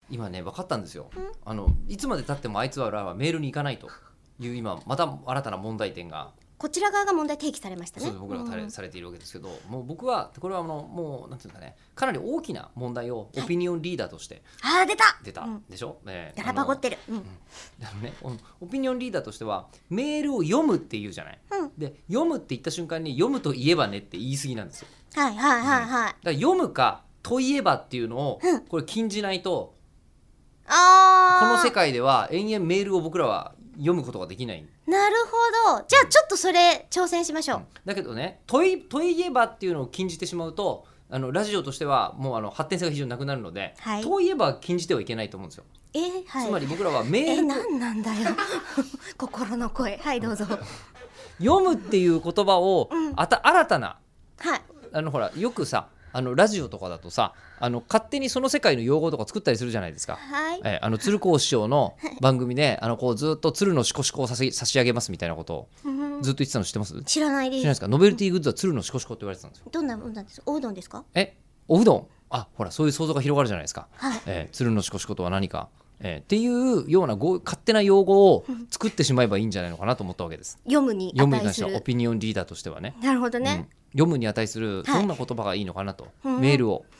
今ね分かったんですよ。いつまで経ってもあいつらはメールに行かないという今また新たな問題点がこちら側が問題提起されましたね。 そう僕らがされているわけですけど、もう僕はこれはもうなんていうかね、かなり大きな問題をオピニオンリーダーとして、出たでしょ、 やらばごってる、 オピニオンリーダーとしてはメールを読むっていうじゃない、で読むって言った瞬間に読むといえばねって言い過ぎなんですよ。 はいはいはいはい、 だから読むかといえばっていうのをこれ禁じないと、この世界では延々メールを僕らは読むことができない。 なるほど。じゃあちょっとそれ挑戦しましょう。 だけどね、といえばっていうのを禁じてしまうとラジオとしてはもう発展性が非常になくなるので、といえば禁じてはいけないと思うんですよ。つまり僕らはメール何なんだよ心の声。はいどうぞ。 読むっていう言葉を、新たな、ほらよくさラジオとかだとさ勝手にその世界の用語とか作ったりするじゃないですか。鶴光師匠の番組でこうずっと鶴のしこしこを差し上げますみたいなことをずっと言ってたの知ってます？ 知らないです。 知らないですか？ノベルティグッズは鶴のしこしこって言われてたんですよ。 どんなもんなんですか？おうどんですか？ おうどん、ほらそういう想像が広がるじゃないですか。鶴のしこしことは何か、っていうような勝手な用語を作ってしまえばいいんじゃないのかなと思ったわけです。 読むに値するオピニオンリーダーとしてはね。 なるほどね、 読むに値するどんな言葉がいいのかなと、メールを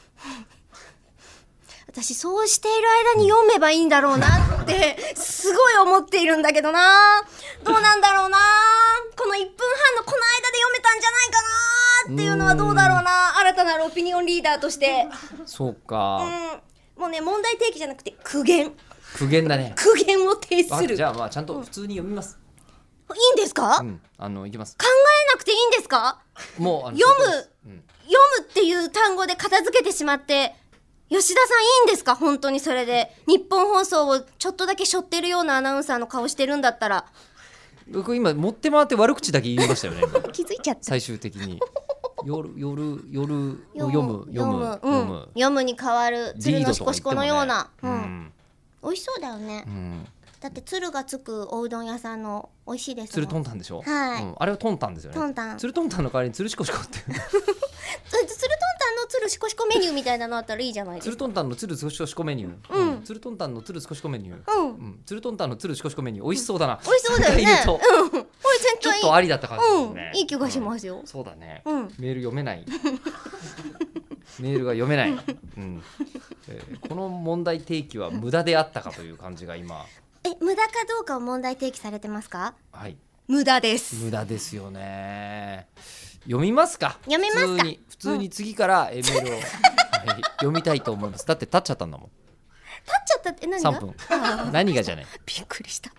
私そうしている間に読めばいいんだろうなってすごい思っているんだけどな。どうなんだろうな。この1分半のこの間で読めたんじゃないかなっていうのはどうだろうな。新たなるオピニオンリーダーとしてそうか、 もうね問題提起じゃなくて苦言だね。 苦言を呈する。 じゃあちゃんと普通に読みます。 いいんですか？ いきます。 考えなくていいんですか？ もう読むっていう単語で片付けてしまって吉田さんいいんですか？本当にそれで日本放送をちょっとだけ背負ってるようなアナウンサーの顔してるんだったら。 僕今持って回って悪口だけ言いましたよね気づいちゃった。 最終的に夜読むに変わる鶴のしこしこのような、美味しそうだよね、だって鶴がつくおうどん屋さんの美味しいですもん。 鶴トンタンでしょ、あれはトンタンですよね。鶴トンタンの代わりに鶴しこしこって鶴トンタンの鶴しこしこメニューみたいなのあったらいいじゃないですか。 鶴トンタンの鶴しこしこメニュー、鶴トンタンの鶴しこしこメニュー、鶴トンタンの鶴しこしこメニュー美味しそうだな。 美味しそうだよね。これちょっとありだった感じですね。 いい気がしますよ。 そうだね。メール読めないメールが読めない、この問題提起は無駄であったかという感じが今。 無駄かどうかを問題提起されてますか？ はい、 無駄です。 無駄ですよね。読みますか？ 読めますか？ 普通に次からメールを、読みたいと思います。だって経っちゃったんだもん。 経っちゃったって何が？ 3分何がじゃない。 びっくりした。